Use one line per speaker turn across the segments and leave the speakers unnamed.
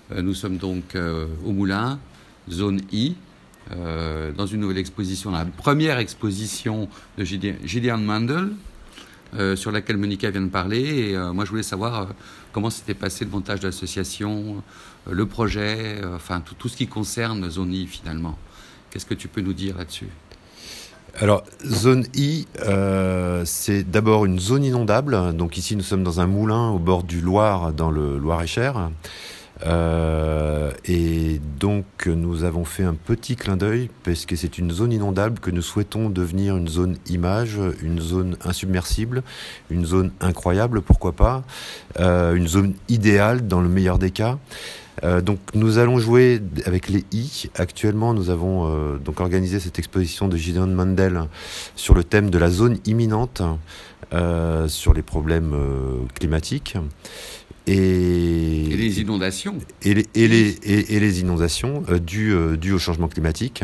Nous sommes donc au Moulin, zone I, dans une nouvelle exposition, la première exposition de Gillian Mandel, sur laquelle Monica vient de parler. Et moi, je voulais savoir comment s'était passé le montage de l'association, le projet, enfin tout ce qui concerne Zone I finalement. Qu'est-ce que tu peux nous dire là-dessus ?
Alors, zone I, c'est d'abord une zone inondable. Donc ici, nous sommes dans un moulin au bord du Loir, dans le Loir-et-Cher. Et donc, nous avons fait un petit clin d'œil, parce que c'est une zone inondable que nous souhaitons devenir une zone image, une zone insubmersible, une zone incroyable, pourquoi pas, une zone idéale dans le meilleur des cas. Donc nous allons jouer avec les I. Actuellement, nous avons donc organisé cette exposition de Gillian Mandel sur le thème de la zone imminente, sur les problèmes climatiques
et les inondations
et les inondations dues au changement climatique.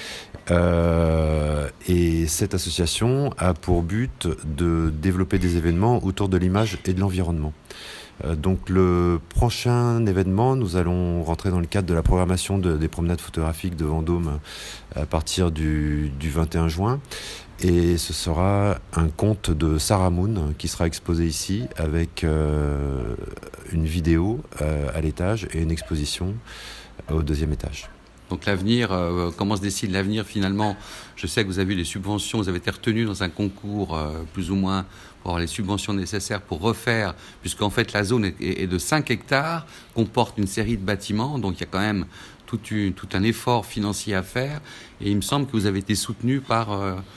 Et cette association a pour but de développer des événements autour de l'image et de l'environnement. Donc le prochain événement, nous allons rentrer dans le cadre de la programmation des promenades photographiques de Vendôme à partir du 21 juin. Et ce sera un conte de Sarah Moon qui sera exposé ici avec une vidéo à l'étage et une exposition au deuxième étage.
Donc l'avenir, comment se décide l'avenir finalement ? Je sais que vous avez eu des subventions, vous avez été retenu dans un concours plus ou moins pour avoir les subventions nécessaires pour refaire, puisqu'en fait la zone est de 5 hectares, comporte une série de bâtiments, donc il y a quand même tout un effort financier à faire. Et il me semble que vous avez été soutenu par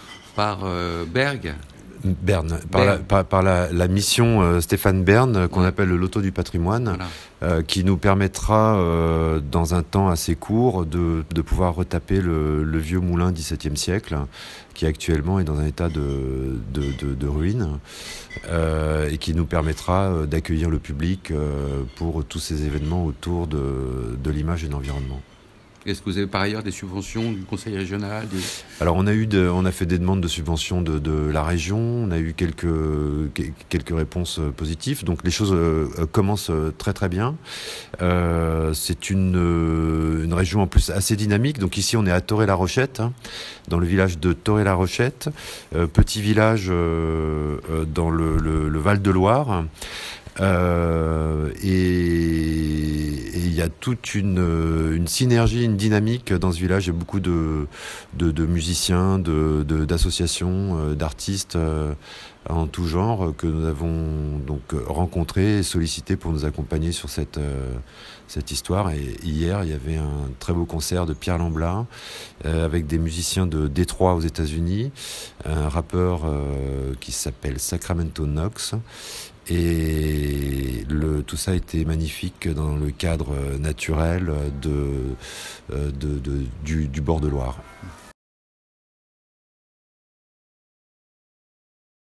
Bern, par la mission Stéphane Bern, qu'on appelle le Loto du patrimoine, voilà. Qui nous permettra, dans un temps assez court, de pouvoir retaper le vieux moulin XVIIe siècle, qui actuellement est dans un état de ruine, et qui nous permettra d'accueillir le public pour tous ces événements autour de l'image et de l'environnement.
Est-ce que vous avez par ailleurs des subventions du Conseil régional
Alors on a fait des demandes de subventions de la région, on a eu quelques réponses positives, donc les choses commencent très très bien. C'est une région en plus assez dynamique, donc ici on est à Torré-la-Rochette, dans le village de Torré-la-Rochette, petit village dans le Val-de-Loire. Et il y a toute une synergie, une dynamique dans ce village. Il y a beaucoup de musiciens, d'associations, d'artistes en tout genre que nous avons donc rencontrés et sollicités pour nous accompagner sur cette histoire. Et hier, il y avait un très beau concert de Pierre Lamblin avec des musiciens de Détroit aux États-Unis, un rappeur qui s'appelle Sacramento Knox. Et tout ça a été magnifique dans le cadre naturel du bord de Loire.